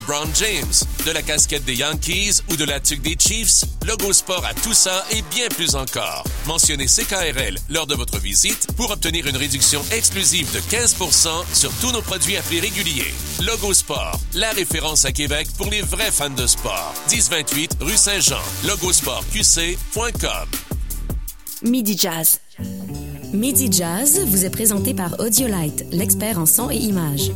LeBron James. De la casquette des Yankees ou de la tuque des Chiefs, Logo Sport a tout ça et bien plus encore. Mentionnez CKRL lors de votre visite pour obtenir une réduction exclusive de 15% sur tous nos produits à prix régulier. Logo Sport, la référence à Québec pour les vrais fans de sport. 1028 rue Saint-Jean. logosportqc.com. Midi Jazz. Midi Jazz vous est présenté par Audiolite, l'expert en son et images.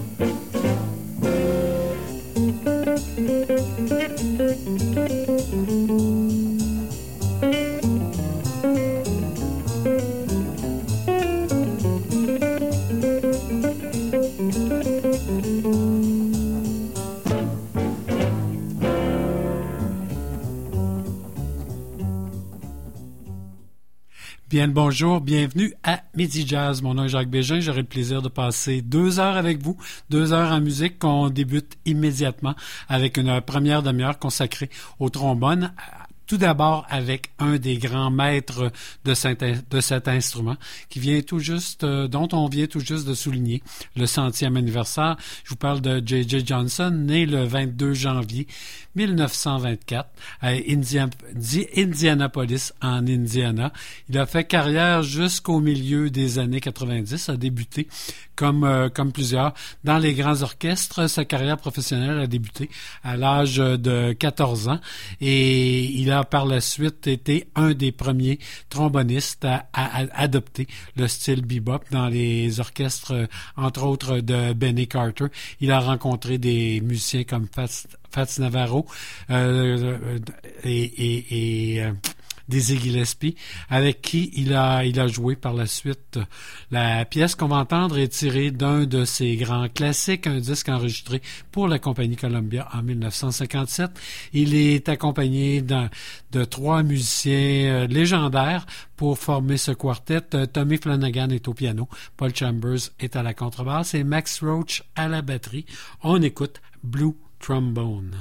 Bien le bonjour, bienvenue à Midi Jazz. Mon nom est Jacques Bégin, j'aurai le plaisir de passer 2 heures avec vous, 2 heures en musique qu'on débute immédiatement avec une première demi-heure consacrée au trombone. Tout d'abord avec un des grands maîtres de cet instrument qui vient tout juste, dont on vient tout juste de souligner le 100e anniversaire. Je vous parle de J.J. Johnson, né le 22 janvier 1924 à Indianapolis, en Indiana. Il a fait carrière jusqu'au milieu des années 90, a débuté comme plusieurs dans les grands orchestres. Sa carrière professionnelle a débuté à l'âge de 14 ans et il a par la suite été un des premiers trombonistes à adopter le style bebop dans les orchestres, entre autres de Benny Carter. Il a rencontré des musiciens comme Fats Navarro et Dizzy Gillespie, avec qui il a joué par la suite. La pièce qu'on va entendre est tirée d'un de ses grands classiques, un disque enregistré pour la compagnie Columbia en 1957. Il est accompagné de 3 musiciens légendaires pour former ce quartet. Tommy Flanagan est au piano, Paul Chambers est à la contrebasse et Max Roach à la batterie. On écoute Blue Trombone.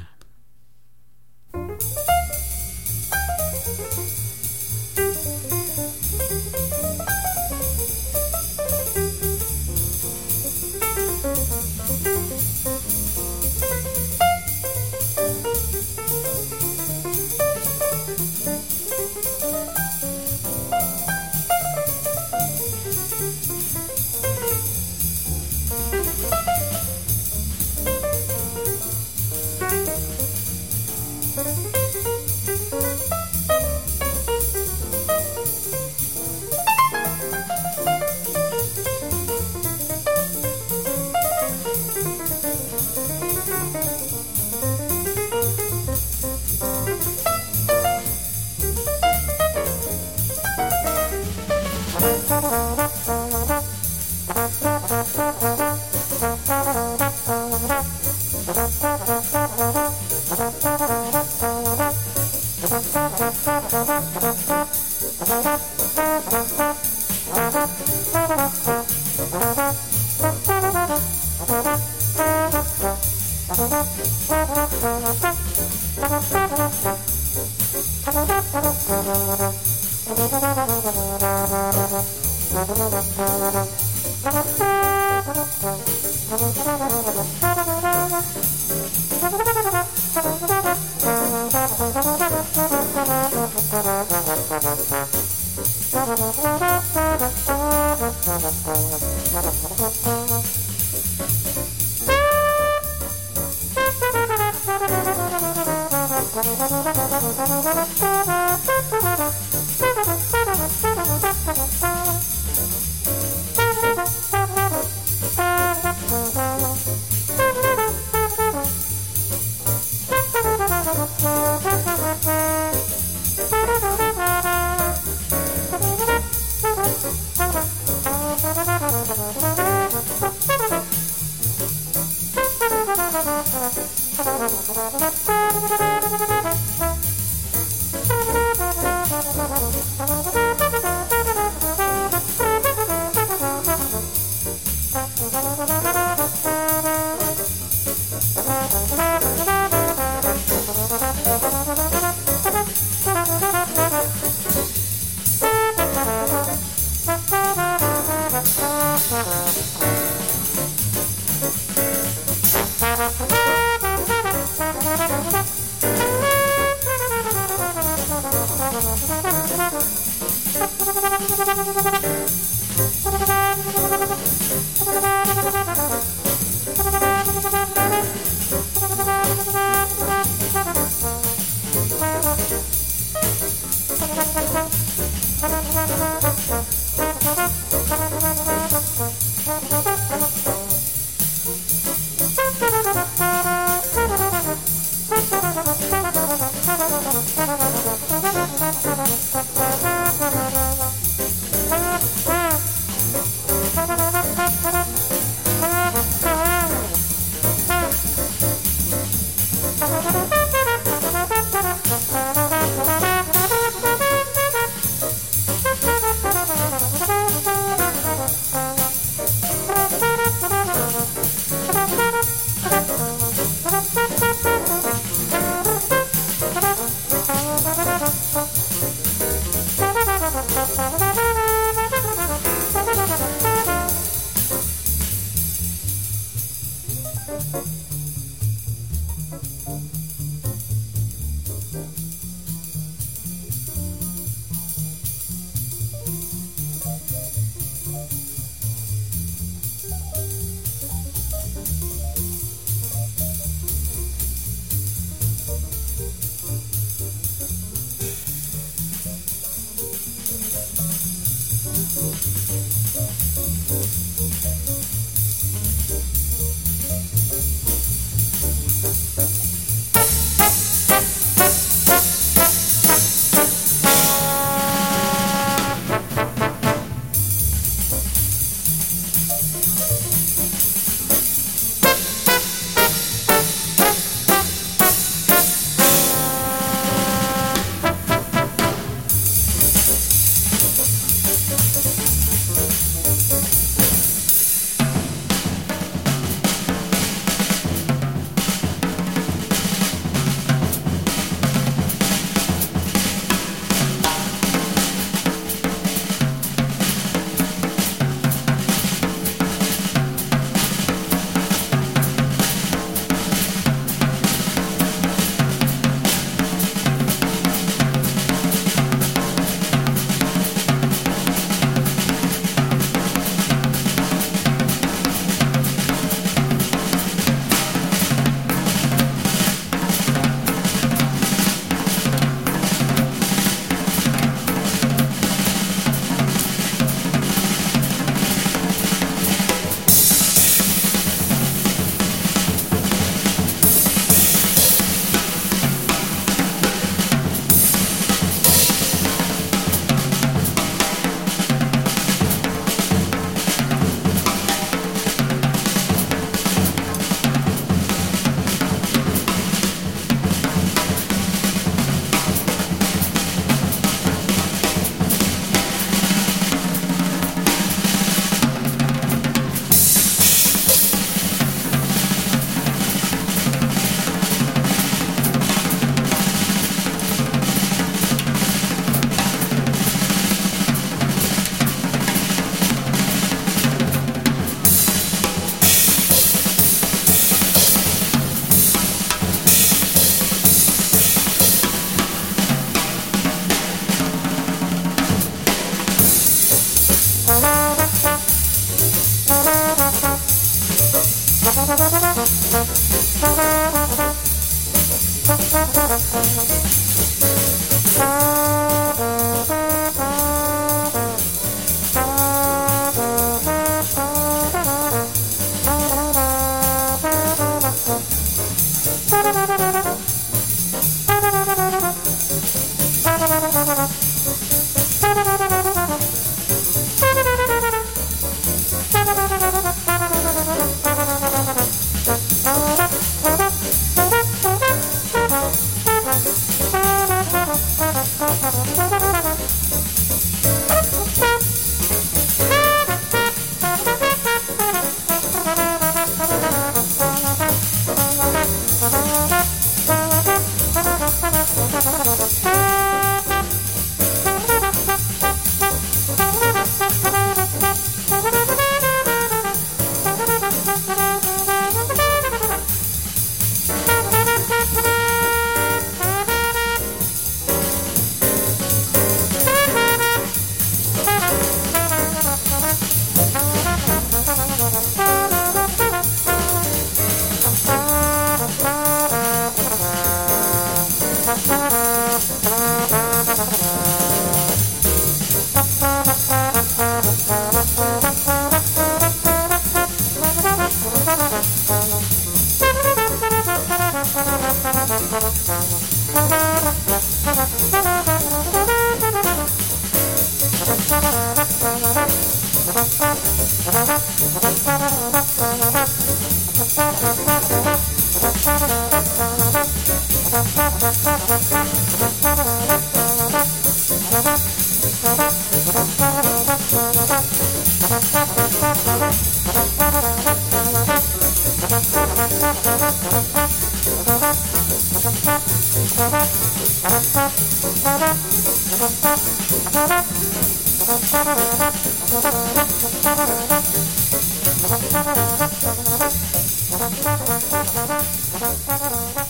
Thank you.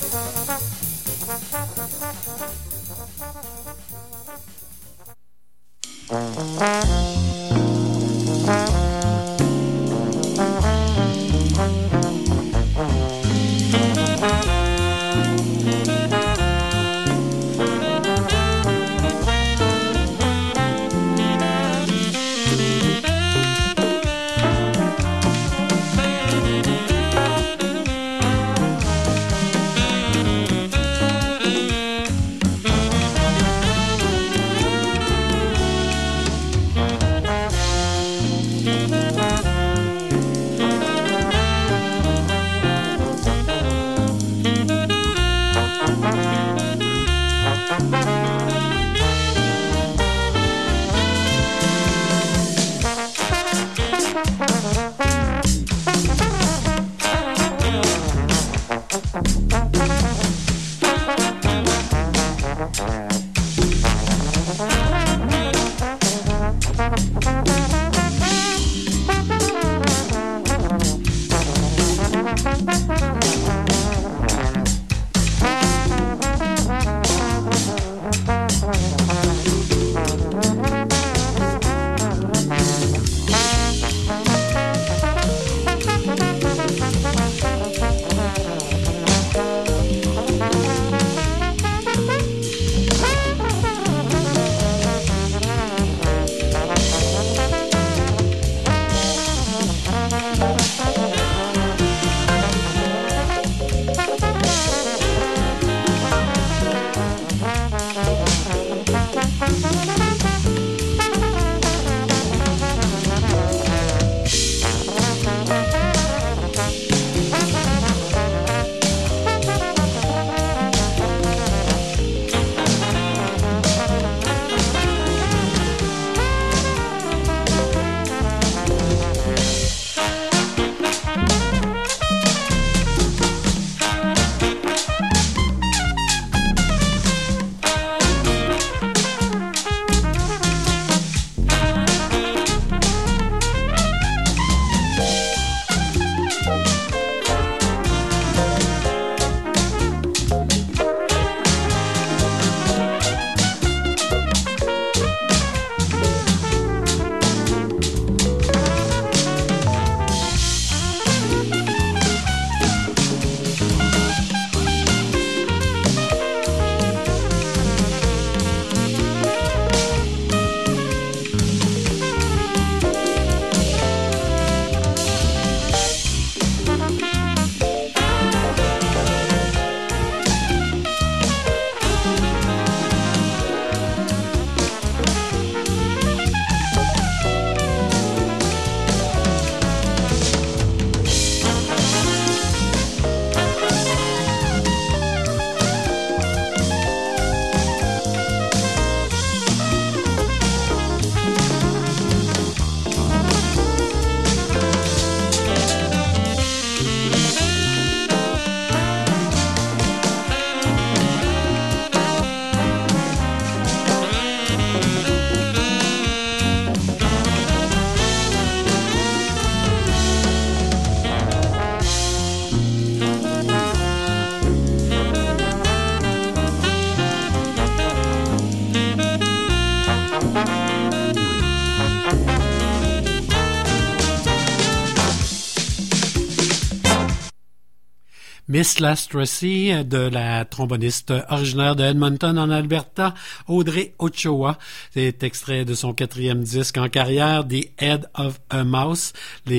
Miss Lastracy, de la tromboniste originaire de Edmonton en Alberta, Audrey Ochoa. C'est extrait de son 4e disque en carrière, The Head of a Mouse,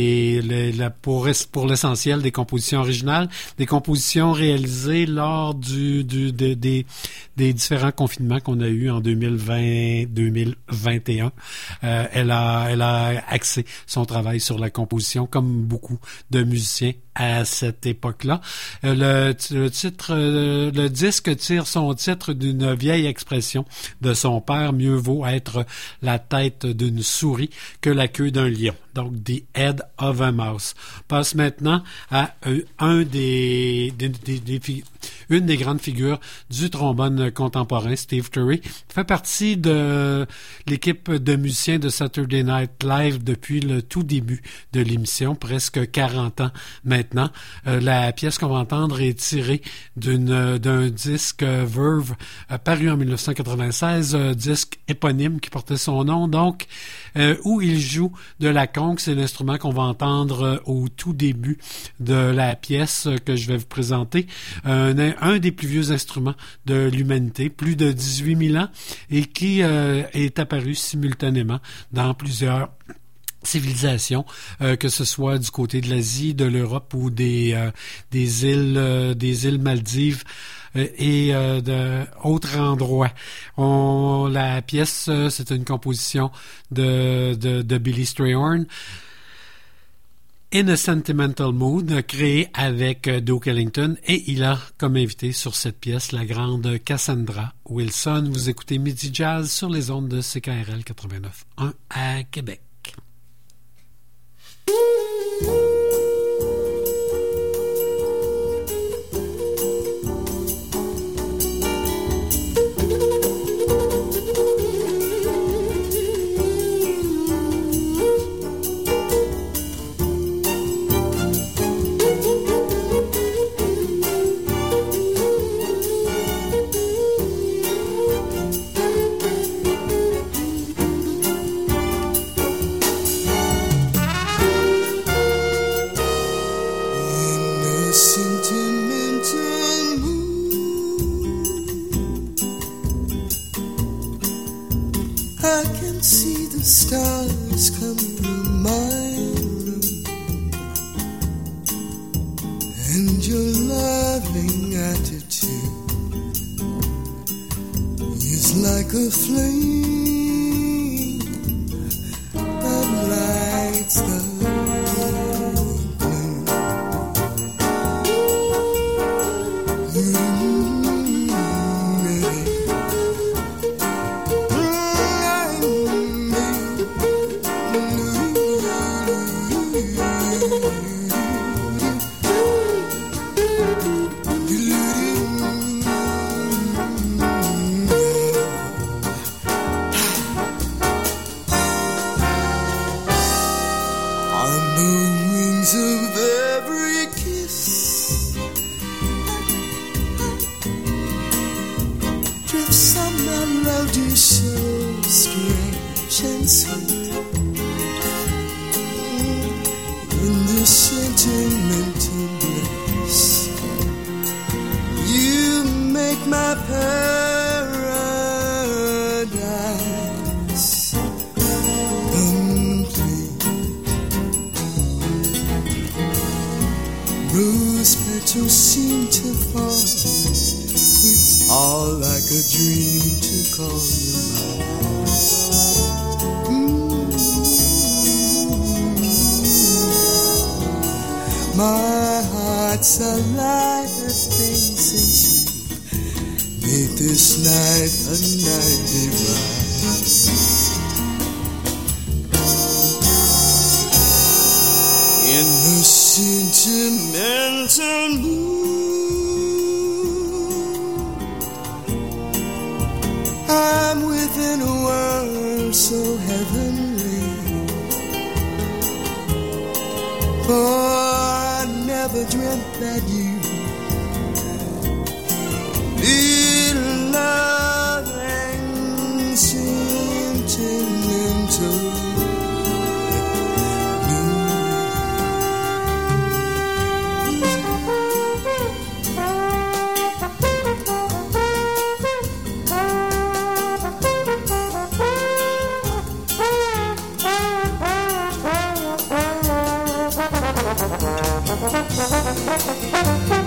pour l'essentiel des compositions originales, des compositions réalisées lors des différents confinements qu'on a eu en 2020-2021. Elle a axé son travail sur la composition, comme beaucoup de musiciens à cette époque-là. Le disque tire son titre d'une vieille expression de son père: mieux vaut être la tête d'une souris que la queue d'un lion. Donc, The Head of a Mouse. Passe maintenant à une des grandes figures du trombone contemporain, Steve Turre, fait partie de l'équipe de musiciens de Saturday Night Live depuis le tout début de l'émission, presque 40 ans maintenant. La pièce qu'on va entendre est tirée d'un disque Verve paru en 1996, disque éponyme qui portait son nom, donc, où il joue de la congue. C'est l'instrument qu'on va entendre au tout début de la pièce que je vais vous présenter. Un des plus vieux instruments de l'humanité, plus de 18 000 ans, et qui est apparu simultanément dans plusieurs civilisations, que ce soit du côté de l'Asie, de l'Europe ou des îles Maldives et d'autres endroits. La pièce, c'est une composition de Billy Strayhorn. In a Sentimental Mood, créé avec Duke Ellington, et il a comme invité sur cette pièce la grande Cassandra Wilson. Vous écoutez Midi Jazz sur les ondes de CKRL 89.1 à Québec. My heart's a lighter thing since you made this night a night divine. In the sentimental mood, I'm within a world so heavenly. For I never dreamt that you little loving sentimental. Thank you.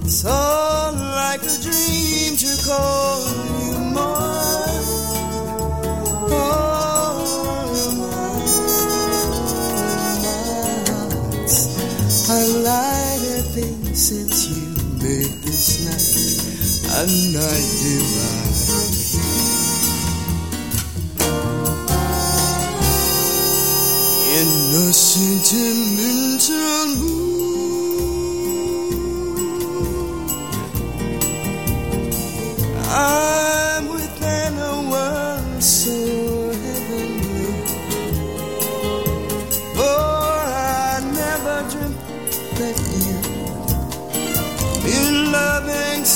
It's all like a dream to call you mine. Oh, mine. I like a thing since you made this night a night divine. In a sentimental mood, I'm within a world so heavenly. For I never dreamt that you'd be loving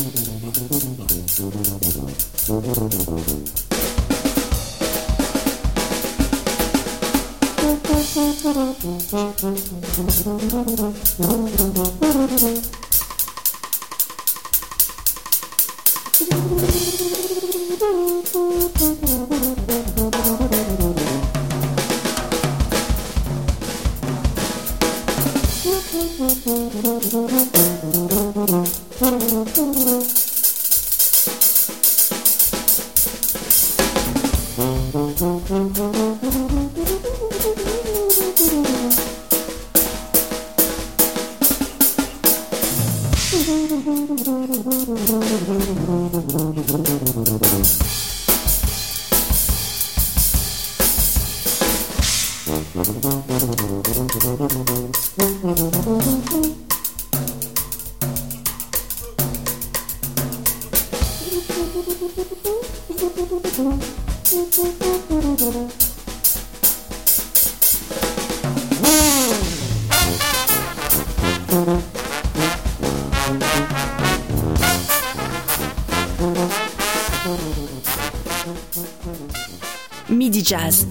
Midi Jazz.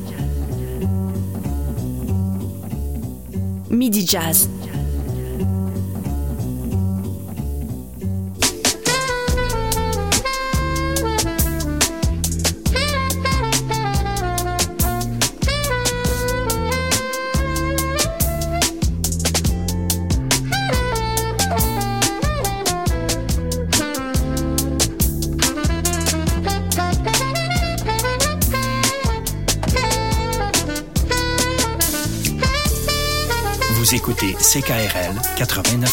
Midi Jazz. Vous écoutez CKRL 89.1.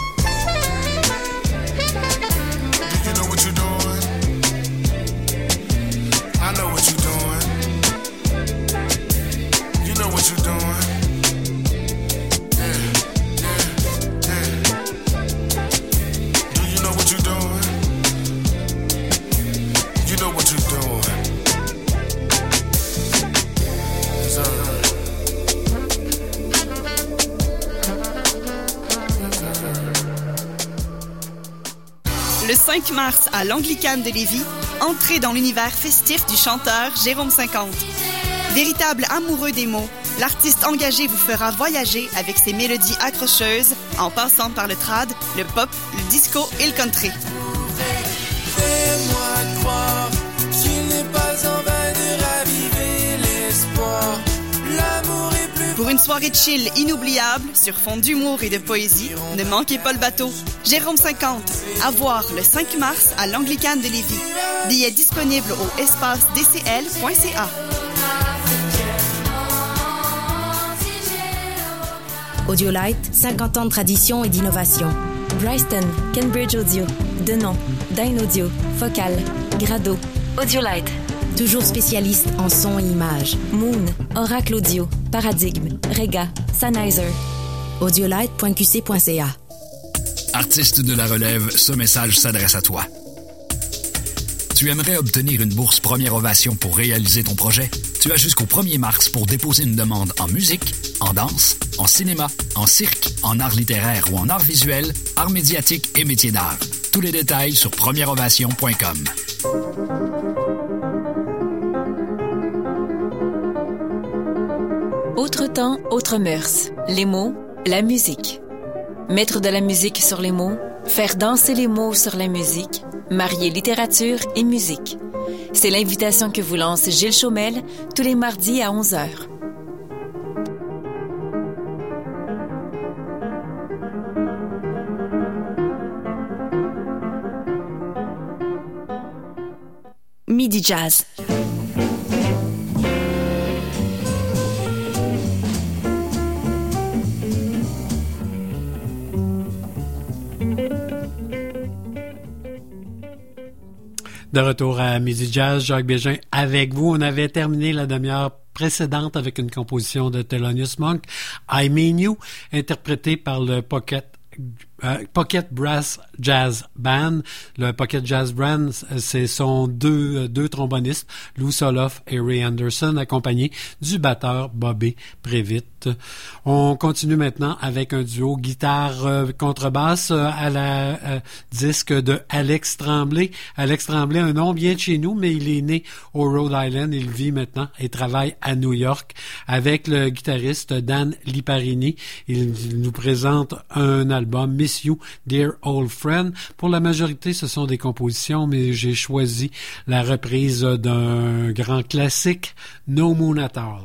Le 5 mars, à l'Anglicane de Lévis, entrez dans l'univers festif du chanteur Jérôme 50. Véritable amoureux des mots, l'artiste engagé vous fera voyager avec ses mélodies accrocheuses en passant par le trad, le pop, le disco et le country. Fais-moi croire qu'il n'est pas en vain de raviver l'espoir. L'amour est plus... Pour une soirée chill inoubliable, sur fond d'humour et de poésie, ne manquez pas le bateau. Jérôme 50, à voir le 5 mars à l'Anglicane de Lévis. Billets disponibles au espacedcl.ca. Audiolite, 50 ans de tradition et d'innovation. Bryston, Cambridge Audio, Denon, Dynaudio, Focal, Grado. Audiolite, toujours spécialiste en son et images. Moon, Oracle Audio, Paradigme, Rega, Sennheiser. Audiolite.qc.ca. Artiste de la relève, ce message s'adresse à toi. Tu aimerais obtenir une bourse Première Ovation pour réaliser ton projet? Tu as jusqu'au 1er mars pour déposer une demande en musique, en danse, en cinéma, en cirque, en art littéraire ou en art visuel, art médiatique et métiers d'art. Tous les détails sur premièreovation.com. Autre temps, autre mœurs. Les mots, la musique. Mettre de la musique sur les mots, faire danser les mots sur la musique, marier littérature et musique. C'est l'invitation que vous lance Gilles Chaumel tous les mardis à 11h. Midi Jazz. De retour à Midi Jazz, Jacques Bégin avec vous. On avait terminé la demi-heure précédente avec une composition de Thelonious Monk, I Mean You, interprétée par le Pocket Pocket Brass Jazz Band. Le Pocket Jazz Band, c'est son deux trombonistes, Lou Soloff et Ray Anderson, accompagnés du batteur Bobby Previtt. On continue maintenant avec un duo guitare-contrebasse à la disque de Alex Tremblay. Alex Tremblay, un nom bien de chez nous, mais il est né au Rhode Island. Il vit maintenant et travaille à New York avec le guitariste Dan Liparini. Il nous présente un album, Miss You, Dear Old Friend. Pour la majorité, ce sont des compositions, mais j'ai choisi la reprise d'un grand classique, No Moon at All.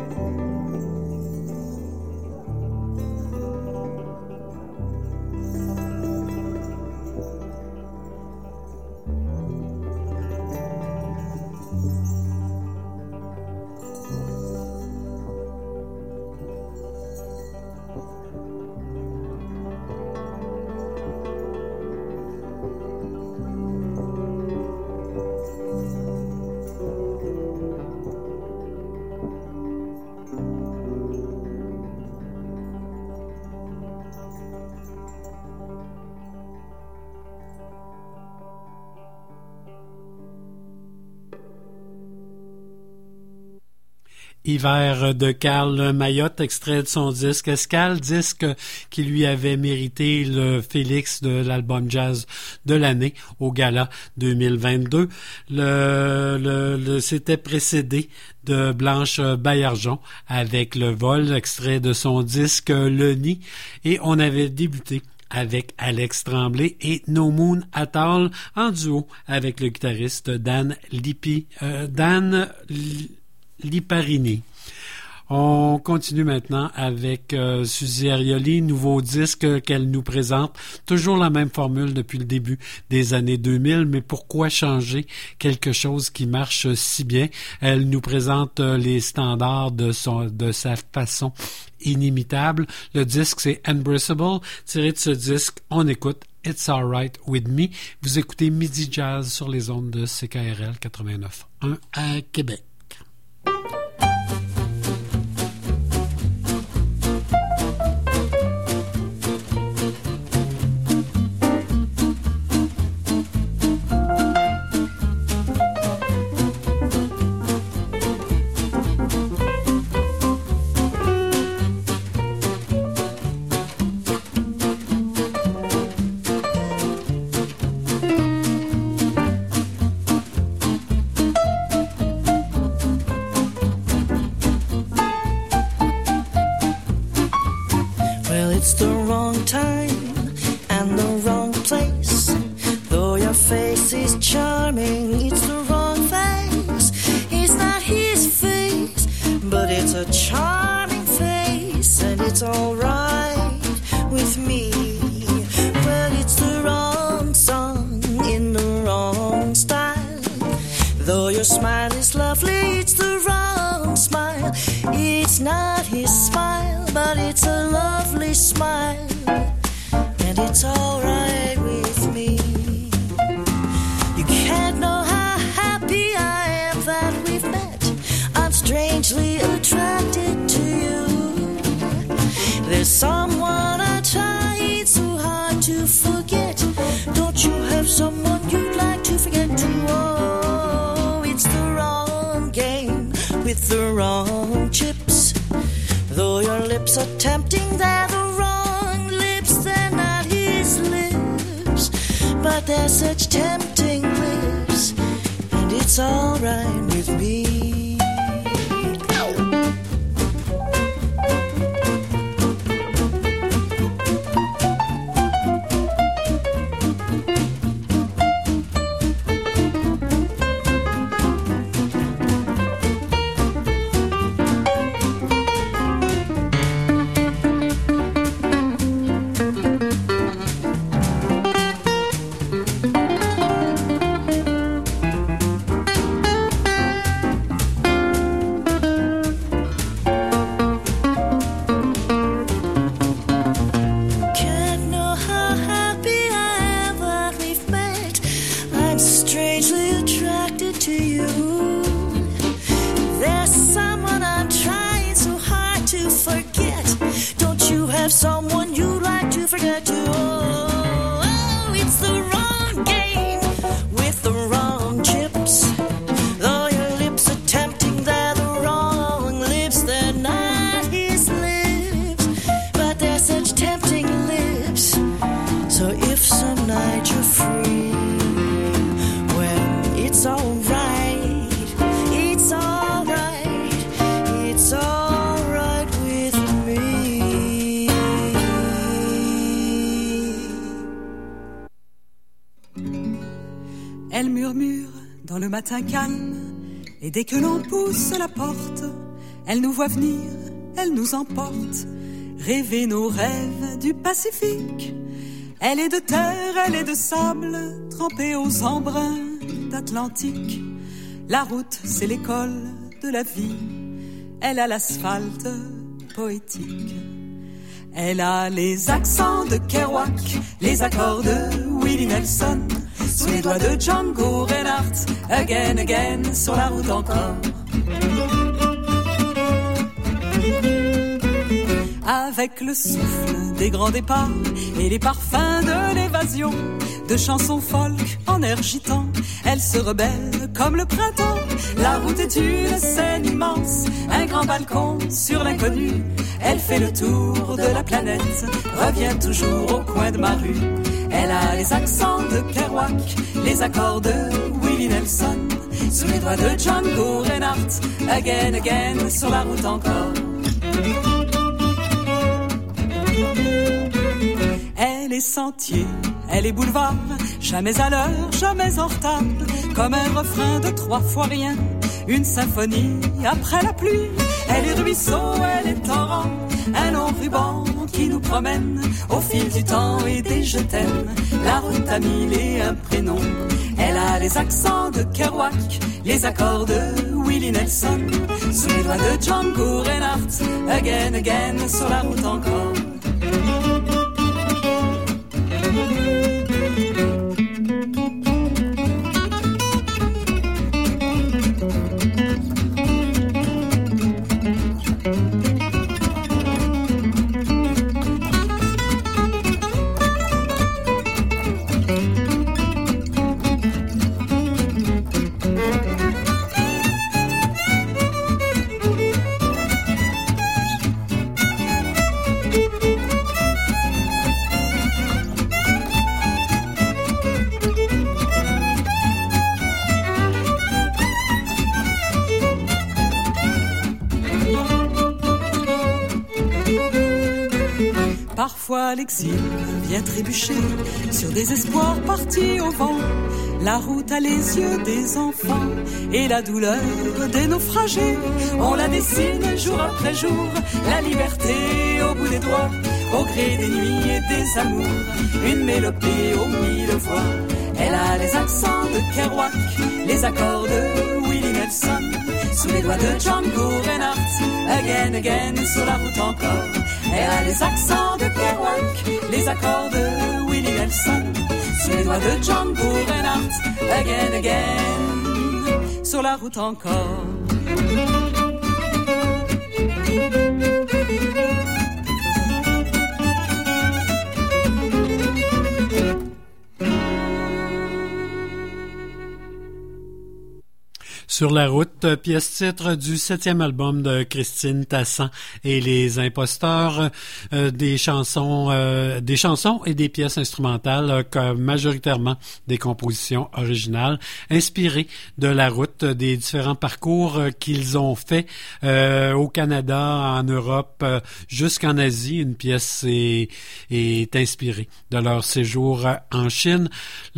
Hiver de Karl Mayotte, extrait de son disque Escale, disque qui lui avait mérité le Félix de l'album jazz de l'année au Gala 2022. C'était précédé de Blanche Baillargeon avec Le Vol, extrait de son disque Le Nid, et on avait débuté avec Alex Tremblay et No Moon at All en duo avec le guitariste Dan Liparini. On continue maintenant avec Suzy Arioli, nouveau disque qu'elle nous présente. Toujours la même formule depuis le début des années 2000, mais pourquoi changer quelque chose qui marche si bien? Elle nous présente les standards de sa façon inimitable. Le disque, c'est Embraceable. Tiré de ce disque, on écoute It's Alright With Me. Vous écoutez Midi Jazz sur les ondes de CKRL 89.1 à Québec. It's the wrong time and the wrong place. Though your face is charming, it's the wrong face. It's not his face, but it's a charming face, and it's alright with me. Well, it's the wrong song in the wrong style. Though your smile is lovely, it's the wrong smile. It's not his smile, but it's a lovely smile, and it's alright with me. You can't know how happy I am that we've met. I'm strangely attracted to you. There's someone I tried so hard to forget. Don't you have someone you'd like to forget too? Oh, it's the wrong game with the wrong chips. Though your lips are tempting, they're the wrong lips. They're not his lips, but they're such tempting lips, and it's alright with me. Someone you like to forget to. Oh, it's the wrong game with the wrong chips. Though your lips are tempting, they're the wrong lips. They're not his lips, but they're such tempting lips. So if some night you're free, well, it's alright. It's alright. It's alright with me. Elle murmure dans le matin calme, et dès que l'on pousse la porte, Elle nous voit venir, elle nous emporte, rêver nos rêves du Pacifique. Elle est de terre, elle est de sable, trempée aux embruns d'Atlantique. La route, c'est l'école de la vie. Elle a l'asphalte poétique. Elle a les accents de Kerouac, les accords de Willie Nelson, sous les doigts de Django Reinhardt, again, again, sur la route encore. Avec le souffle des grands départs et les parfums de l'évasion, de chansons folk en air gitan, elle se rebelle comme le printemps. La route est une scène immense, un grand balcon sur l'inconnu. Elle fait le tour de la planète, revient toujours au coin de ma rue. Elle a les accents de Kerouac, les accords de Willie Nelson, sous les doigts de Django Reinhardt, again, again, sur la route encore. Elle est sentier, elle est boulevard, jamais à l'heure, jamais en retard, comme un refrain de 3 fois rien, une symphonie après la pluie. Elle est ruisseau, elle est torrent, un long ruban qui nous promène au fil du temps et des je t'aime. La route a 1001 prénoms. Elle a les accents de Kerouac, les accords de Willie Nelson, sous les doigts de Django Reinhardt, again, again, sur la route encore. Parfois l'exil vient trébucher sur des espoirs partis au vent. La route a les yeux des enfants et la douleur des naufragés. On la dessine jour après jour, la liberté au bout des doigts, au gré des nuits et des amours, une mélopée aux 1000 voix. Elle a les accents de Kerouac, les accords de Willie Nelson, sous les doigts de Django Reinhardt, again, again, sur la route encore. Elle a les accents de Kerouac, les accords de Willie Nelson, sous les doigts de Django Reinhardt, again, again, sur la route encore. Sur la route, pièce-titre du 7e album de Christine Tassan et les Imposteurs, des chansons et des pièces instrumentales, majoritairement des compositions originales, inspirées de la route, des différents parcours qu'ils ont fait au Canada, en Europe, jusqu'en Asie. Une pièce est inspirée de leur séjour en Chine.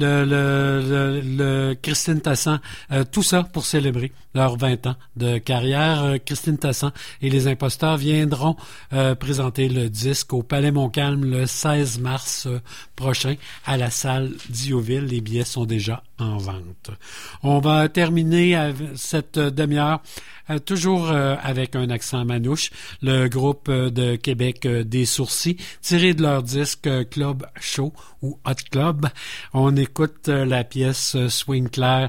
Le Christine Tassan, tout ça pour célébrer leurs 20 ans de carrière. Christine Tassan et les Imposteurs viendront présenter le disque au Palais Montcalm le 16 mars prochain à la salle d'Ioville. Les billets sont déjà en vente. On va terminer cette demi-heure toujours avec un accent manouche. Le groupe de Québec des Sourcils, tiré de leur disque Club Show ou Hot Club. On écoute la pièce Swing Clair.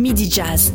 Midi Jazz.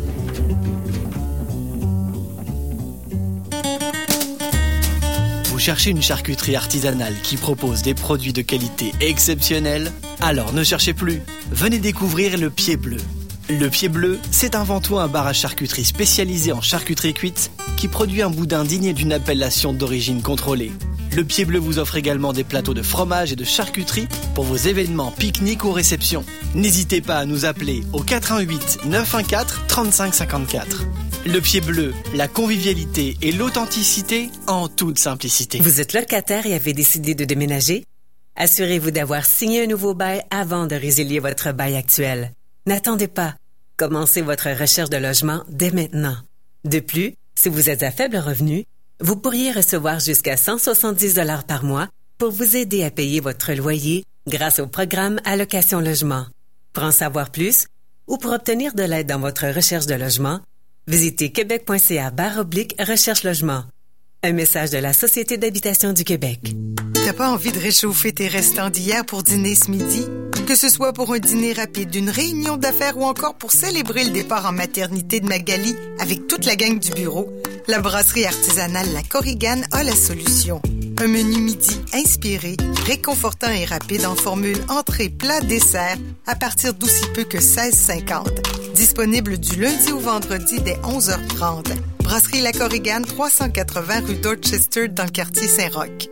Vous cherchez une charcuterie artisanale qui propose des produits de qualité exceptionnelle? Alors ne cherchez plus. Venez découvrir le Pied Bleu. Le Pied Bleu, c'est avant tout un bar à charcuterie spécialisé en charcuterie cuite qui produit un boudin digne d'une appellation d'origine contrôlée. Le Pied Bleu vous offre également des plateaux de fromage et de charcuterie pour vos événements, pique-niques ou réceptions. N'hésitez pas à nous appeler au 418 914 35 54. Le Pied Bleu, la convivialité et l'authenticité en toute simplicité. Vous êtes locataire et avez décidé de déménager? Assurez-vous d'avoir signé un nouveau bail avant de résilier votre bail actuel. N'attendez pas. Commencez votre recherche de logement dès maintenant. De plus, si vous êtes à faible revenu, vous pourriez recevoir jusqu'à 170 $ par mois pour vous aider à payer votre loyer grâce au programme Allocation Logement. Pour en savoir plus ou pour obtenir de l'aide dans votre recherche de logement, visitez québec.ca/recherche logement. Un message de la Société d'habitation du Québec. T'as pas envie de réchauffer tes restants d'hier pour dîner ce midi? Que ce soit pour un dîner rapide, une réunion d'affaires ou encore pour célébrer le départ en maternité de Magali avec toute la gang du bureau, la brasserie artisanale La Korigane a la solution. Un menu midi inspiré, réconfortant et rapide en formule entrée, plat, dessert à partir d'aussi peu que 16,50. Disponible du lundi au vendredi dès 11h30. Brasserie La Korigane, 380 rue Dorchester dans le quartier Saint-Roch.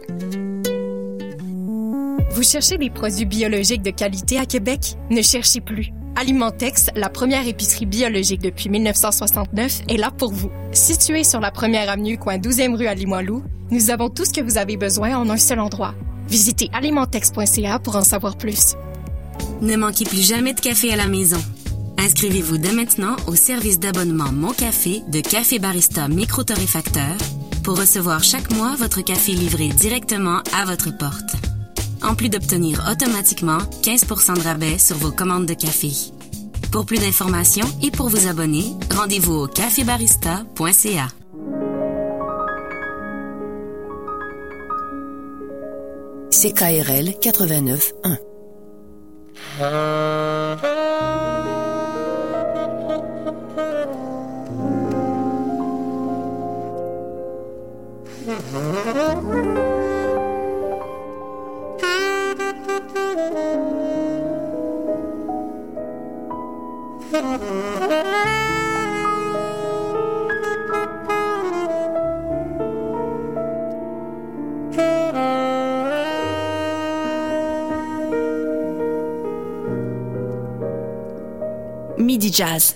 Vous cherchez des produits biologiques de qualité à Québec? Ne cherchez plus. Alimentex, la première épicerie biologique depuis 1969, est là pour vous. Située sur la 1er avenue, coin 12e rue à Limoilou, nous avons tout ce que vous avez besoin en un seul endroit. Visitez alimentex.ca pour en savoir plus. Ne manquez plus jamais de café à la maison. Inscrivez-vous dès maintenant au service d'abonnement Mon Café de Café Barista Micro-Torréfacteur pour recevoir chaque mois votre café livré directement à votre porte. En plus d'obtenir automatiquement 15% de rabais sur vos commandes de café. Pour plus d'informations et pour vous abonner, rendez-vous au cafébarista.ca. CKRL 89.1. Midi Jazz.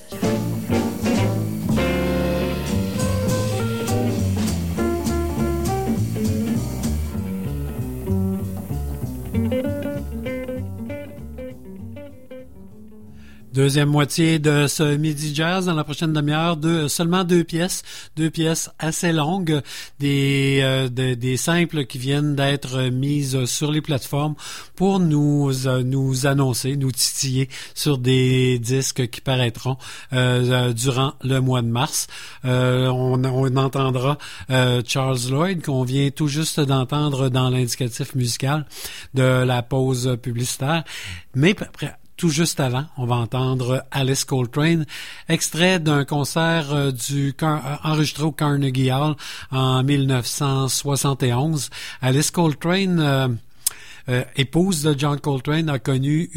Deuxième moitié de ce Midi Jazz dans la prochaine demi-heure, seulement deux pièces assez longues, des simples qui viennent d'être mises sur les plateformes pour nous annoncer, nous titiller sur des disques qui paraîtront durant le mois de mars. On entendra Charles Lloyd qu'on vient tout juste d'entendre dans l'indicatif musical de la pause publicitaire, mais tout juste avant, on va entendre Alice Coltrane, extrait d'un concert enregistré au Carnegie Hall en 1971. Alice Coltrane, épouse de John Coltrane, a connu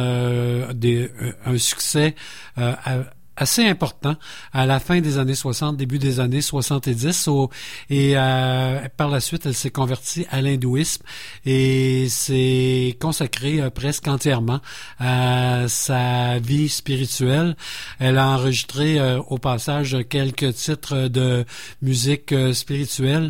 un succès assez important à la fin des années 60, début des années 70, et par la suite, elle s'est convertie à l'hindouisme et s'est consacrée presque entièrement à sa vie spirituelle. Elle a enregistré au passage quelques titres de musique spirituelle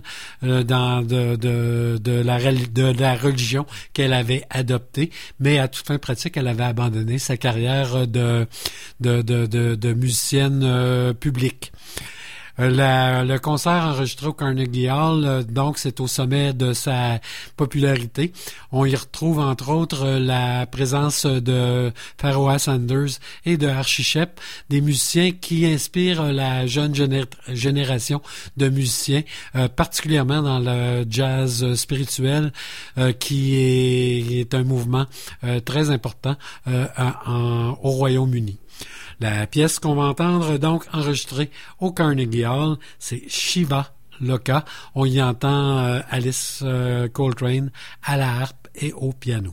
de la religion qu'elle avait adoptée, mais à toute fin pratique, elle avait abandonné sa carrière de musicienne publique. Le concert enregistré au Carnegie Hall, donc c'est au sommet de sa popularité. On y retrouve entre autres la présence de Pharoah Sanders et de Archie Shepp, des musiciens qui inspirent la jeune génération de musiciens, particulièrement dans le jazz spirituel, qui est un mouvement très important au Royaume-Uni. La pièce qu'on va entendre, donc enregistrée au Carnegie Hall, c'est Shiva Loka. On y entend Alice Coltrane à la harpe et au piano.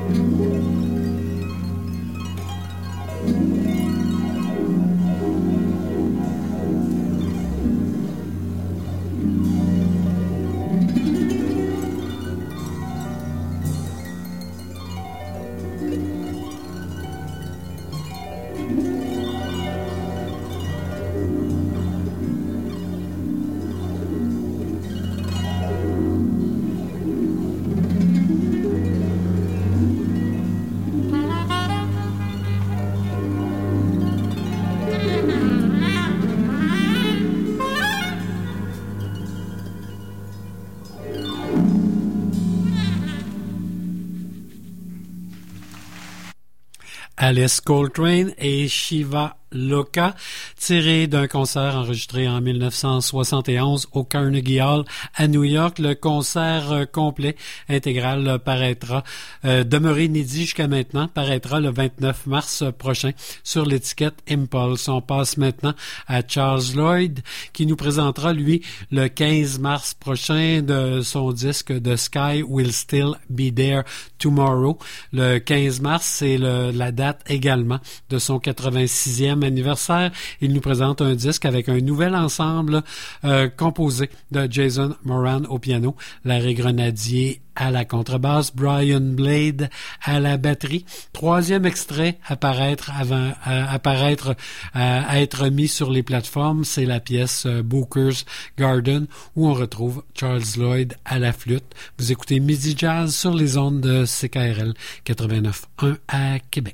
Alice Coltrane et Shiva Loka, tiré d'un concert enregistré en 1971 au Carnegie Hall à New York. Le concert complet intégral paraîtra, demeuré inédit jusqu'à maintenant, paraîtra le 29 mars prochain sur l'étiquette Impulse. On passe maintenant à Charles Lloyd qui nous présentera, lui, le 15 mars prochain de son disque The Sky Will Still Be There Tomorrow. Le 15 mars, c'est la date également de son 86e anniversaire. Il nous présente un disque avec un nouvel ensemble composé de Jason Moran au piano, Larry Grenadier à la contrebasse, Brian Blade à la batterie. Troisième extrait à être mis sur les plateformes, c'est la pièce Booker's Garden où on retrouve Charles Lloyd à la flûte. Vous écoutez Midi Jazz sur les ondes de CKRL 89.1 à Québec.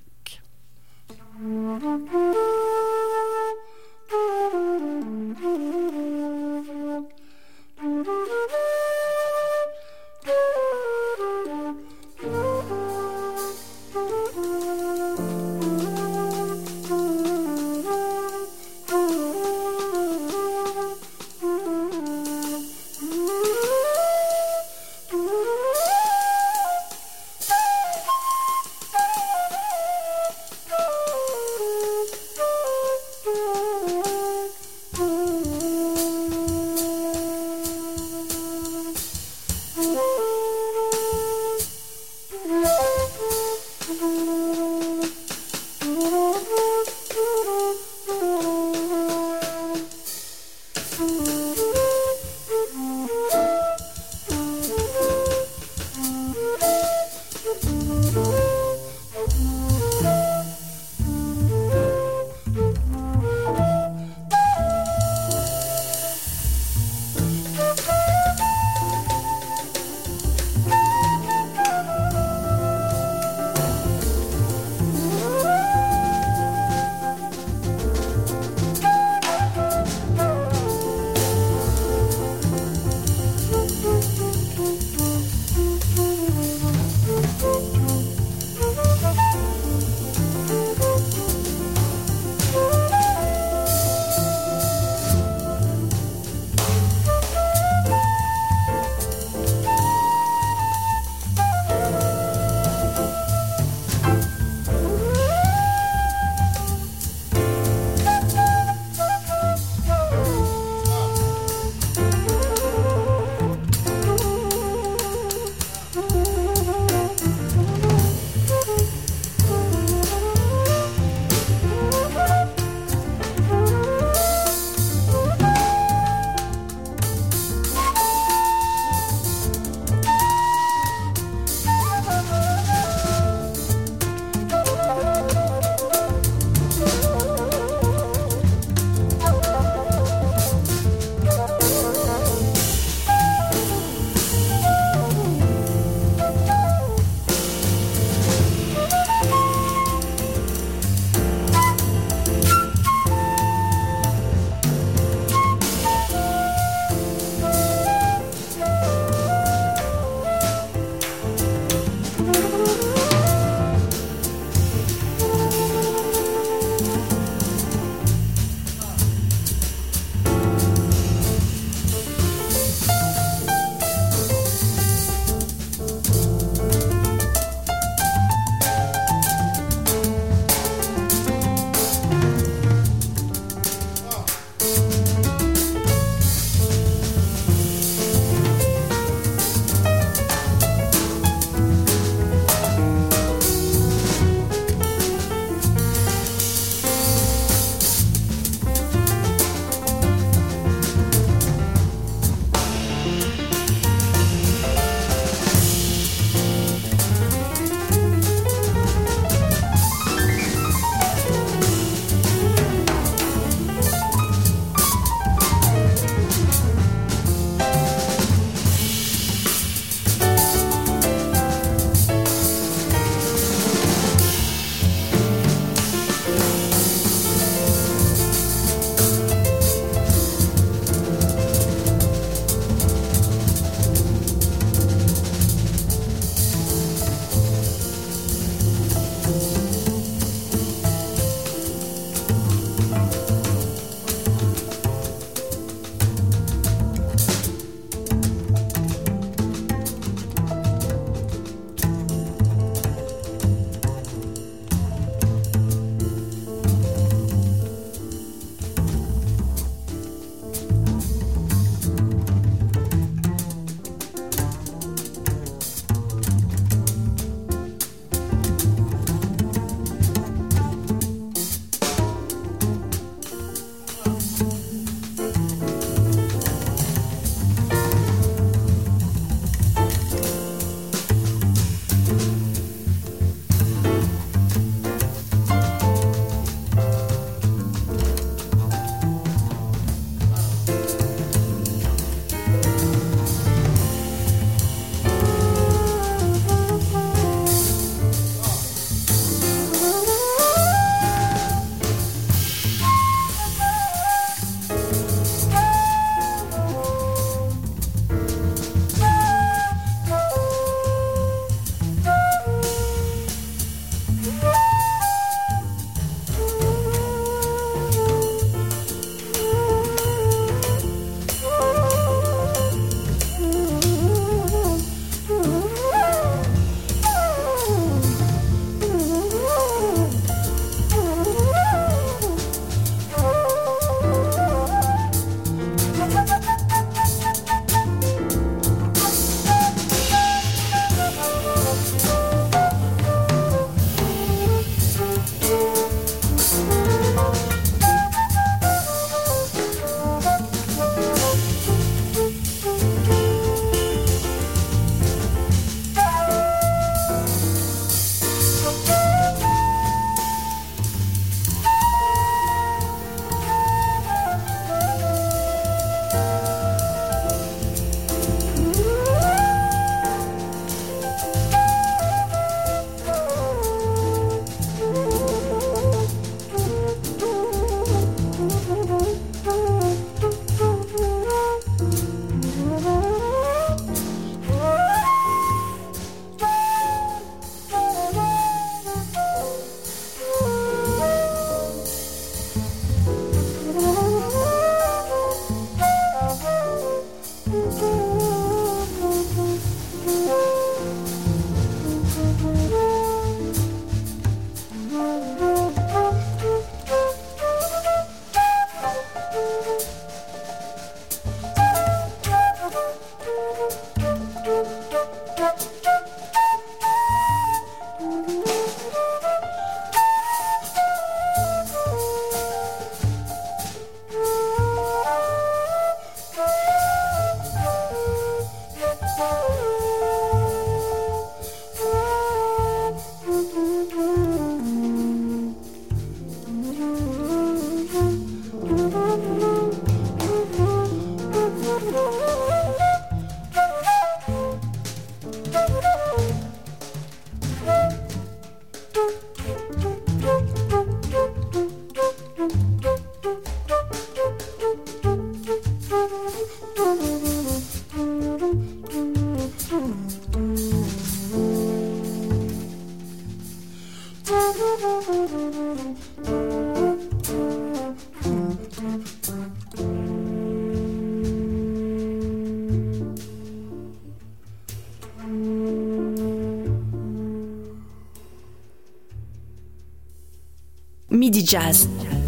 Midi Jazz.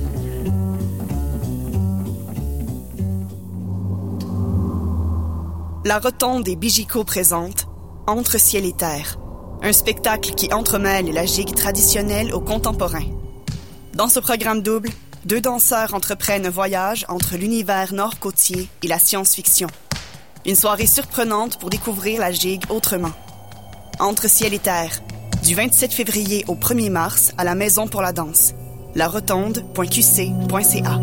La Rotonde des Bijico présente Entre ciel et terre, un spectacle qui entremêle la gigue traditionnelle au contemporain. Dans ce programme double, 2 danseurs entreprennent un voyage entre l'univers nord-côtier et la science-fiction. Une soirée surprenante pour découvrir la gigue autrement. Entre ciel et terre, du 27 février au 1er mars à la Maison pour la danse. larotonde.qc.ca.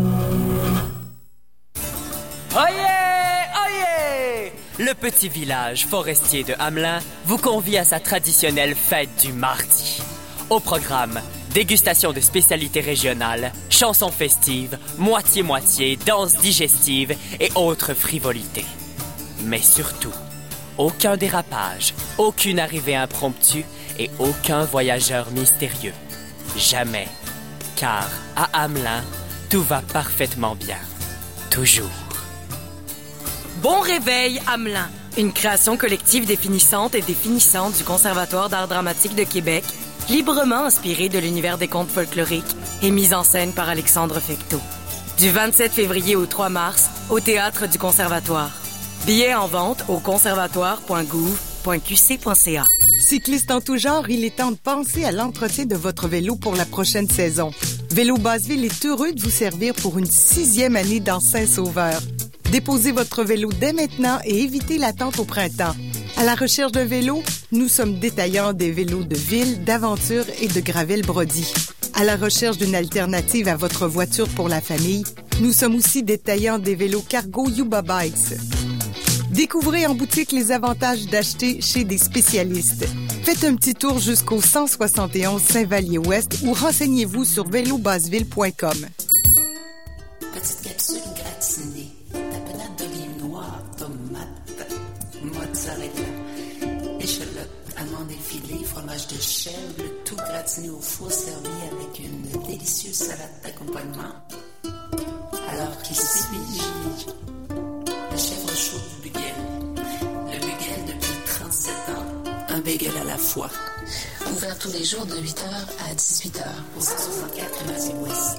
Oyez! Oyez! Le petit village forestier de Hamelin vous convie à sa traditionnelle fête du mardi. Au programme, dégustation de spécialités régionales, chansons festives, moitié-moitié, danse digestive et autres frivolités. Mais surtout, aucun dérapage, aucune arrivée impromptue et aucun voyageur mystérieux. Jamais. Car à Hamelin, tout va parfaitement bien. Toujours. Bon réveil, Hamelin. Une création collective définissante et définissante du Conservatoire d'art dramatique de Québec, librement inspirée de l'univers des contes folkloriques et mise en scène par Alexandre Fecteau. Du 27 février au 3 mars, au Théâtre du Conservatoire. Billets en vente au conservatoire.gouv.qc.ca. Cycliste en tout genre, il est temps de penser à l'entretien de votre vélo pour la prochaine saison. Vélo Basseville est heureux de vous servir pour une 6e année dans Saint-Sauveur. Déposez votre vélo dès maintenant et évitez l'attente au printemps. À la recherche d'un vélo, nous sommes détaillants des vélos de ville, d'aventure et de gravel-brody. À la recherche d'une alternative à votre voiture pour la famille, nous sommes aussi détaillants des vélos cargo Yuba Bikes. Découvrez en boutique les avantages d'acheter chez des spécialistes. Faites un petit tour jusqu'au 171 Saint-Vallier-Ouest ou renseignez-vous sur vélobasseville.com. Petite capsule gratinée, tapenade d'olive noire, tomate, mozzarella, échalote, amandes effilées, fromage de chèvre, le tout gratiné au four servi avec une délicieuse salade d'accompagnement. Alors qui suis-je? Le chèvre chaud du Bugel. Le Bugel depuis 37 ans. Un bagel à la fois. Ouvert tous les jours de 8h à 18h au 164 Massey-Ouest.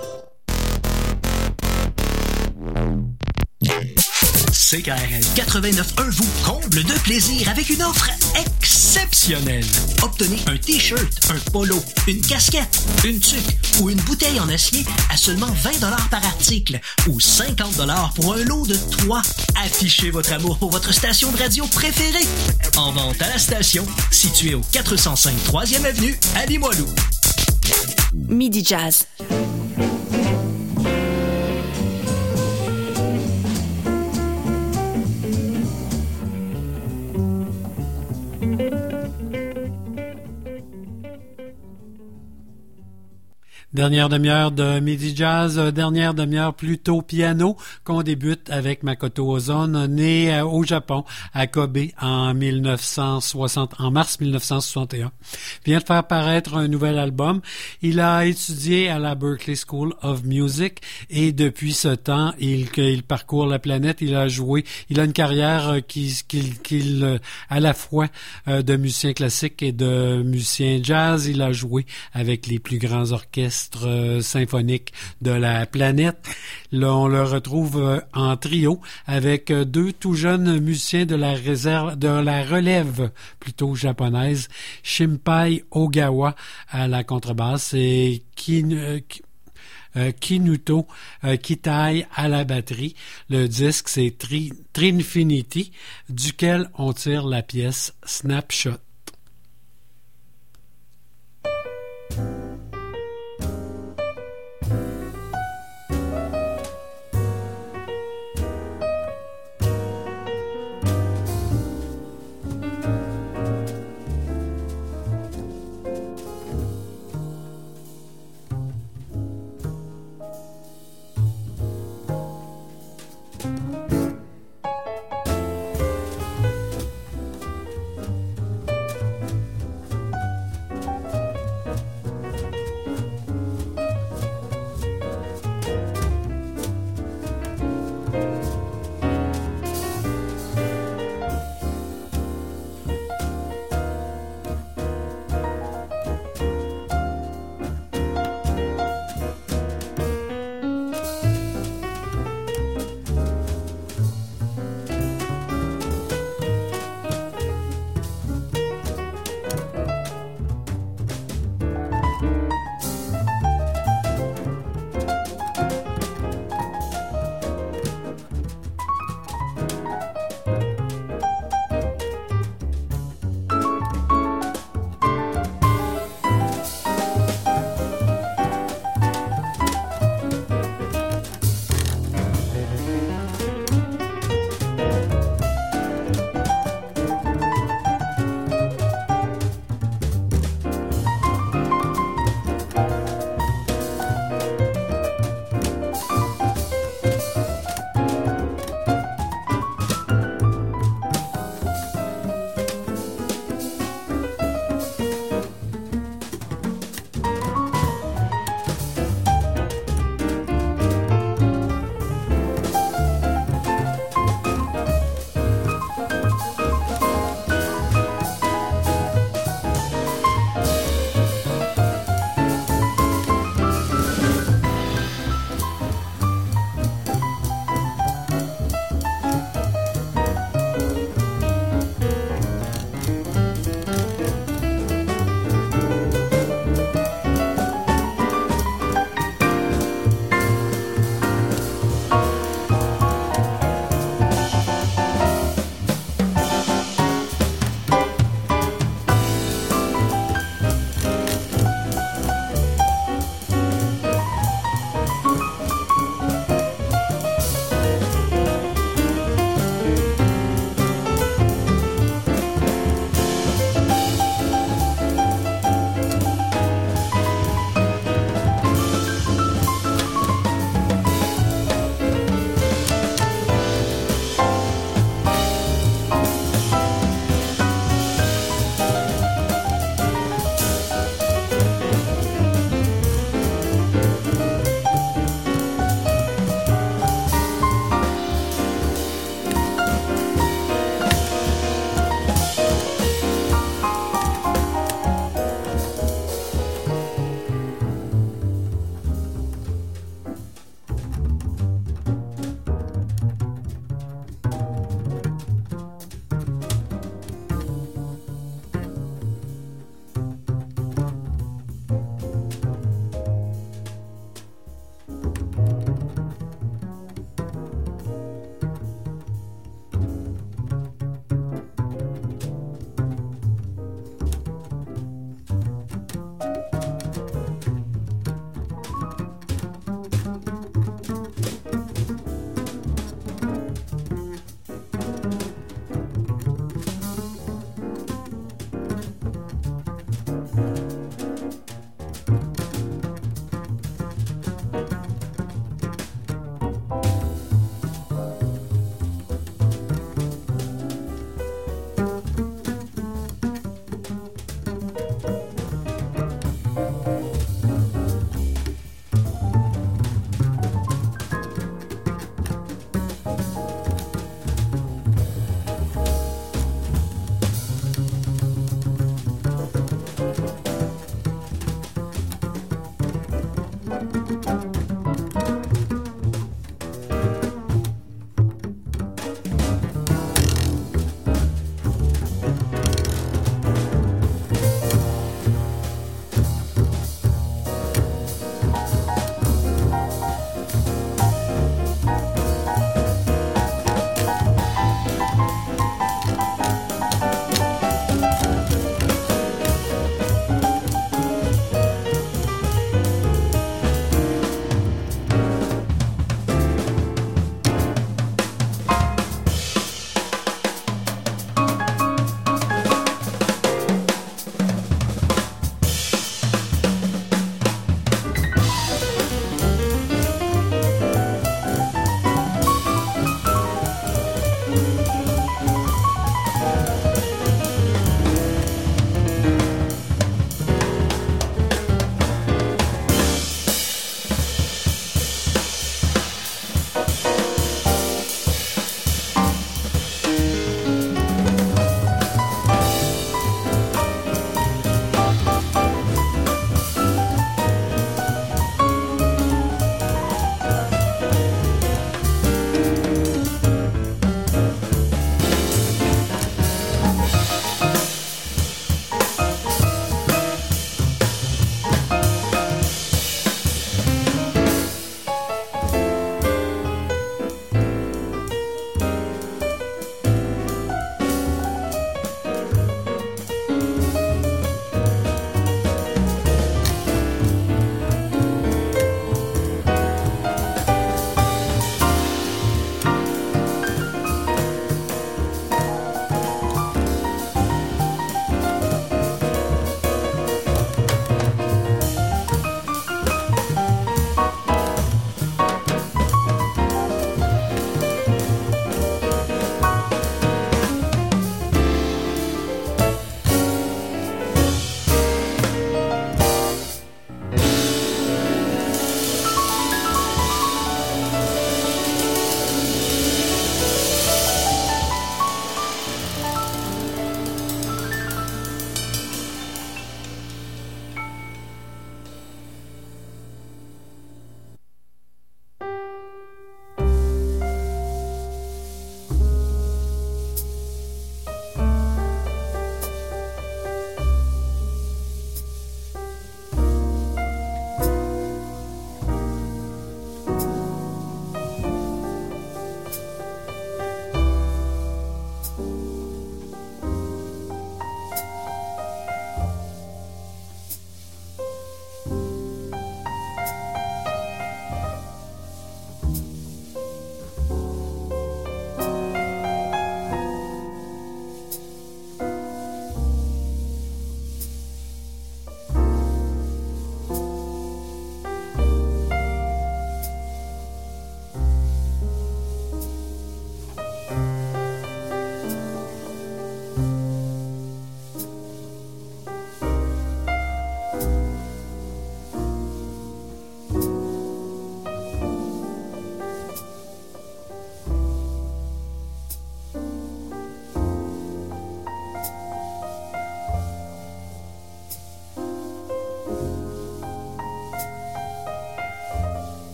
CKRL 89.1 vous comble de plaisir avec une offre exceptionnelle. Obtenez un T-shirt, un polo, une casquette, une tuque ou une bouteille en acier à seulement 20$ par article ou 50$ pour un lot de 3. Affichez votre amour pour votre station de radio préférée. En vente à la station, située au 405 3e Avenue à Limoilou. Midi Jazz. Dernière demi-heure de Midi Jazz, dernière demi-heure plutôt piano qu'on débute avec Makoto Ozone, né au Japon, à Kobe en mars 1961. Vient de faire paraître un nouvel album. Il a étudié à la Berklee School of Music et depuis ce temps, il parcourt la planète. Il a une carrière à la fois de musicien classique et de musicien jazz. Il a joué avec les plus grands orchestres symphonique de la planète. Là, on le retrouve en trio avec 2 tout jeunes musiciens de la relève plutôt japonaise, Shinpai Ogawa à la contrebasse et Kinuto Kitai à la batterie. Le disque, c'est Trinfinity, duquel on tire la pièce Snapshot.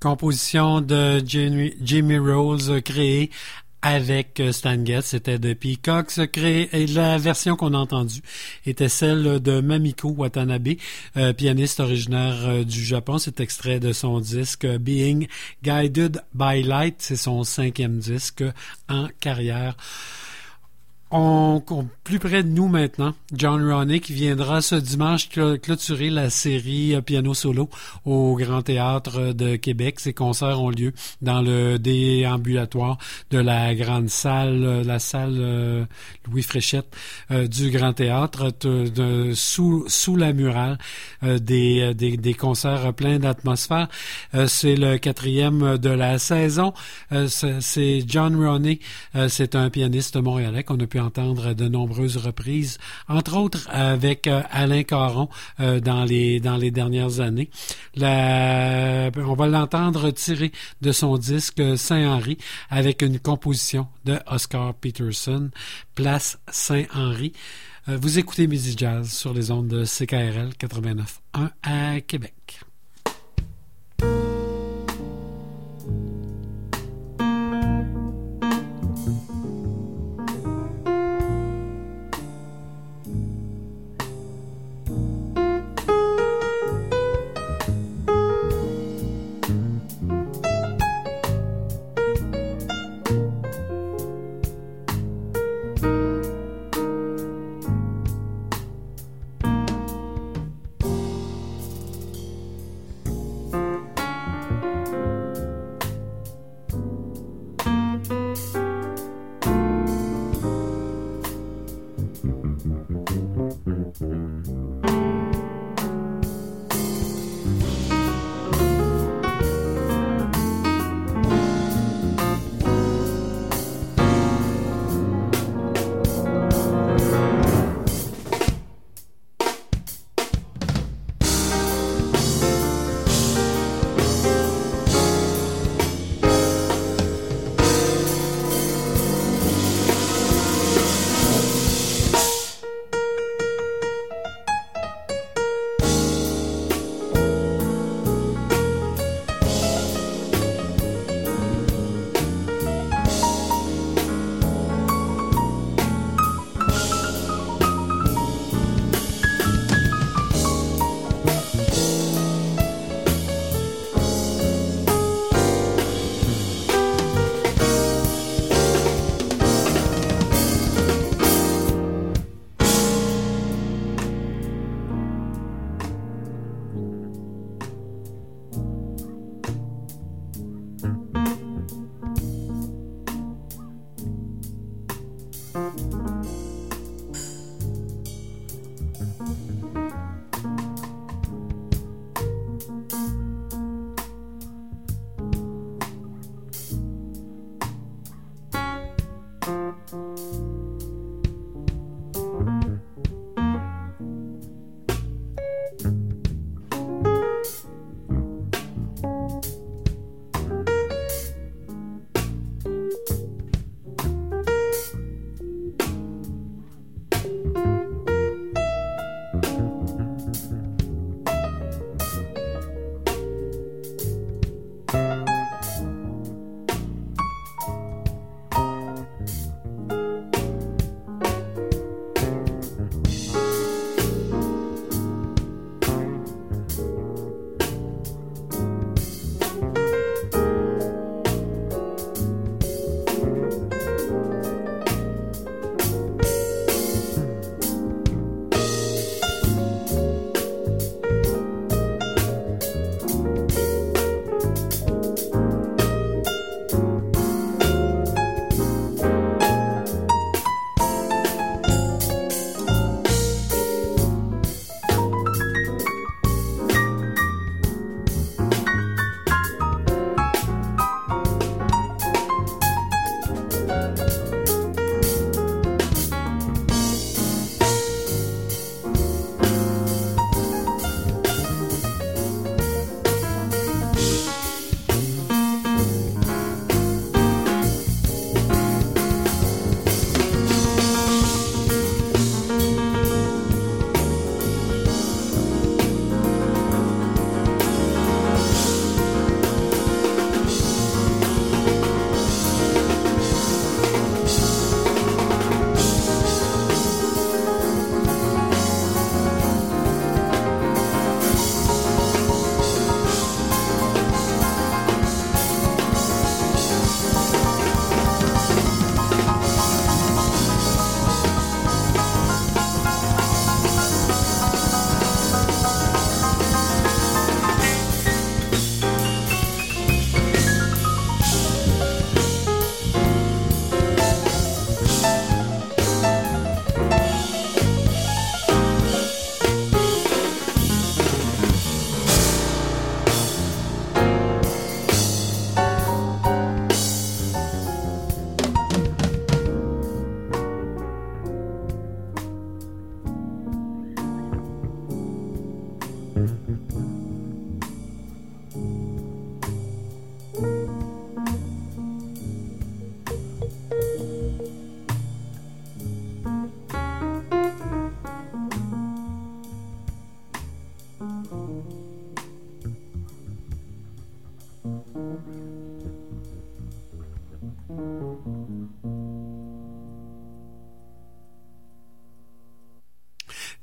composition de Jimmy Rose créée avec Stan Getz, c'était de Peacocks, et la version qu'on a entendue était celle de Mamiko Watanabe, pianiste originaire du Japon. C'est extrait de son disque Being Guided by Light, c'est son 5e disque en carrière. Plus près de nous maintenant, John Roney qui viendra ce dimanche clôturer la série piano solo au Grand Théâtre de Québec. Ces concerts ont lieu dans le déambulatoire de la grande salle, la salle Louis Fréchette du Grand Théâtre, sous la murale, des concerts pleins d'atmosphère. C'est le 4e de la saison. C'est John Roney, c'est un pianiste montréalais qu'on a pu entendre de nombreuses reprises, entre autres avec Alain Caron dans les dernières années. On va l'entendre tirer de son disque Saint-Henri avec une composition de Oscar Peterson, Place Saint-Henri. Vous écoutez Midi Jazz sur les ondes de CKRL 89.1 à Québec.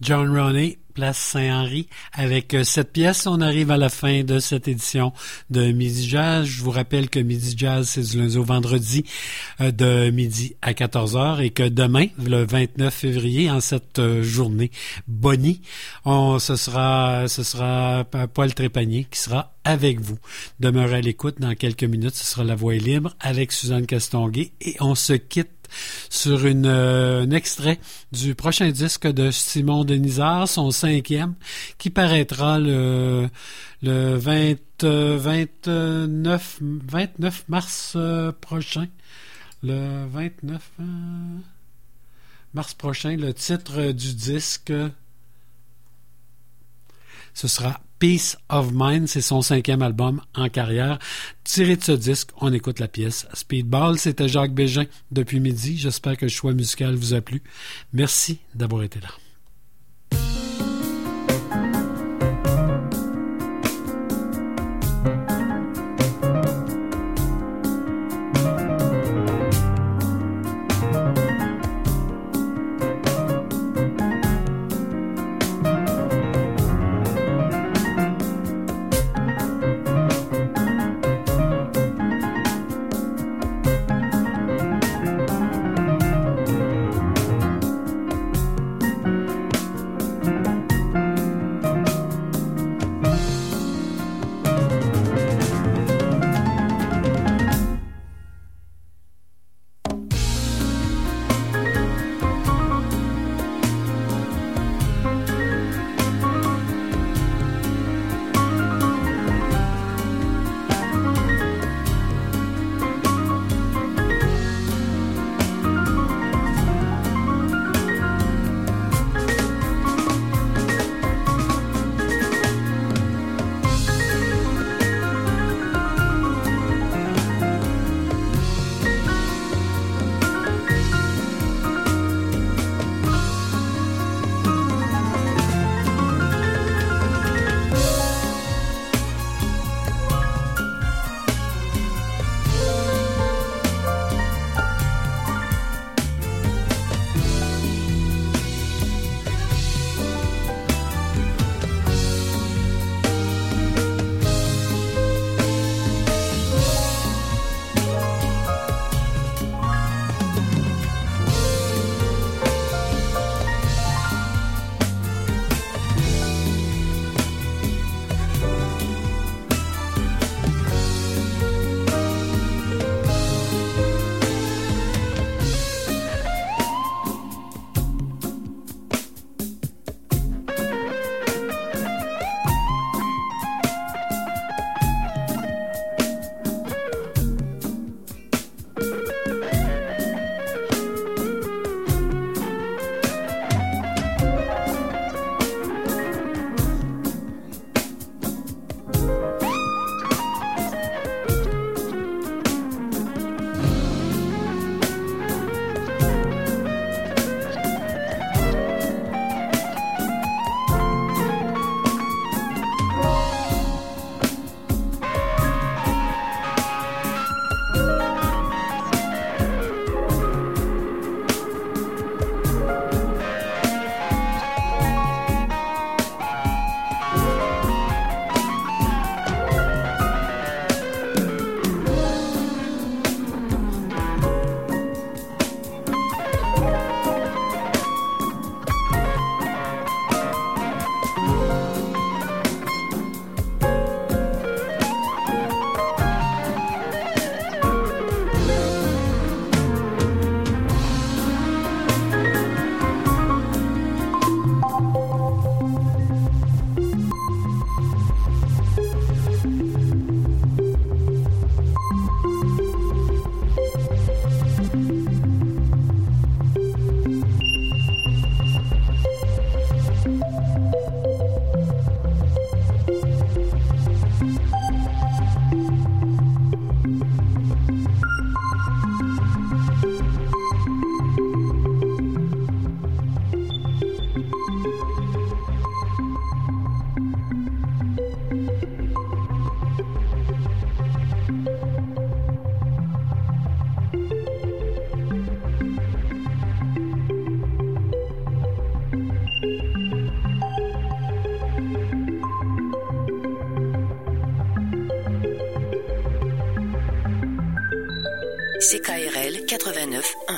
John Roney, place Saint-Henri. Avec cette pièce, on arrive à la fin de cette édition de Midi Jazz. Je vous rappelle que Midi Jazz, c'est du lundi au vendredi de midi à 14h et que demain, le 29 février, en cette journée Bonnie, ce sera Paul Trépanier qui sera avec vous. Demeurez à l'écoute. Dans quelques minutes, ce sera La Voix est libre avec Suzanne Castonguay et on se quitte sur un extrait du prochain disque de Simon Denisard, son 5e, qui paraîtra le 29 mars prochain. Le 29 mars prochain, le titre du disque, ce sera Peace of Mind, c'est son 5e album en carrière. Tiré de ce disque, on écoute la pièce Speedball. C'était Jacques Bégin depuis midi. J'espère que le choix musical vous a plu. Merci d'avoir été là. CKRL 89.1.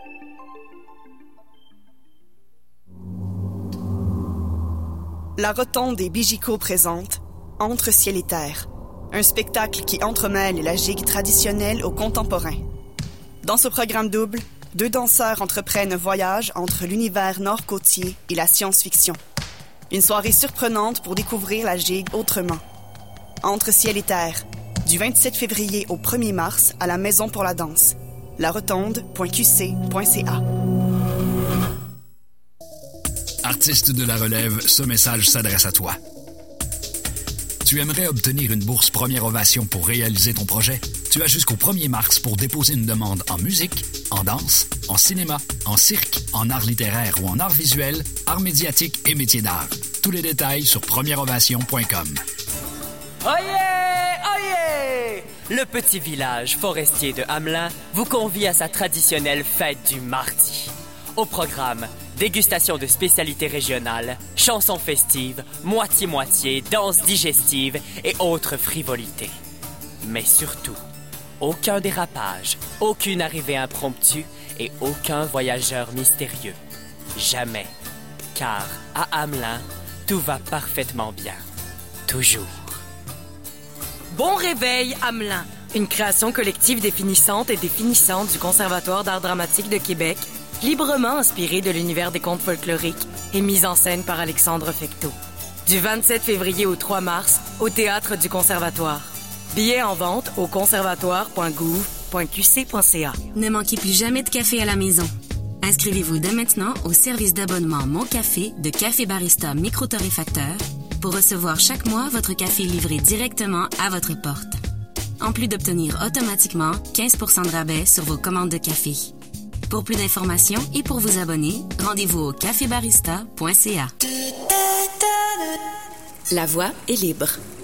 La Rotonde des Bijico présente Entre ciel et terre, un spectacle qui entremêle la gigue traditionnelle au contemporain. Dans ce programme double, 2 danseurs entreprennent un voyage entre l'univers nord-côtier et la science-fiction. Une soirée surprenante pour découvrir la gigue autrement. Entre ciel et terre, du 27 février au 1er mars à la Maison pour la danse. larotonde.qc.ca. Artiste de la relève, ce message s'adresse à toi. Tu aimerais obtenir une bourse Première Ovation pour réaliser ton projet? Tu as jusqu'au 1er mars pour déposer une demande en musique, en danse, en cinéma, en cirque, en art littéraire ou en art visuel, art médiatique et métiers d'art. Tous les détails sur premièreovation.com. Oyez! Oyez! Le petit village forestier de Hamelin vous convie à sa traditionnelle fête du mardi. Au programme, dégustation de spécialités régionales, chansons festives, moitié-moitié, danse digestive et autres frivolités. Mais surtout, aucun dérapage, aucune arrivée impromptue et aucun voyageur mystérieux. Jamais. Car à Hamelin, tout va parfaitement bien. Toujours. Bon réveil, Hamelin! Une création collective définissante et définissante du Conservatoire d'art dramatique de Québec, librement inspirée de l'univers des contes folkloriques et mise en scène par Alexandre Fecteau. Du 27 février au 3 mars, au Théâtre du Conservatoire. Billets en vente au conservatoire.gouv.qc.ca. Ne manquez plus jamais de café à la maison. Inscrivez-vous dès maintenant au service d'abonnement Mon Café de Café Barista Micro-Torréfacteur pour recevoir chaque mois votre café livré directement à votre porte. En plus d'obtenir automatiquement 15% de rabais sur vos commandes de café. Pour plus d'informations et pour vous abonner, rendez-vous au cafébarista.ca. La voix est libre.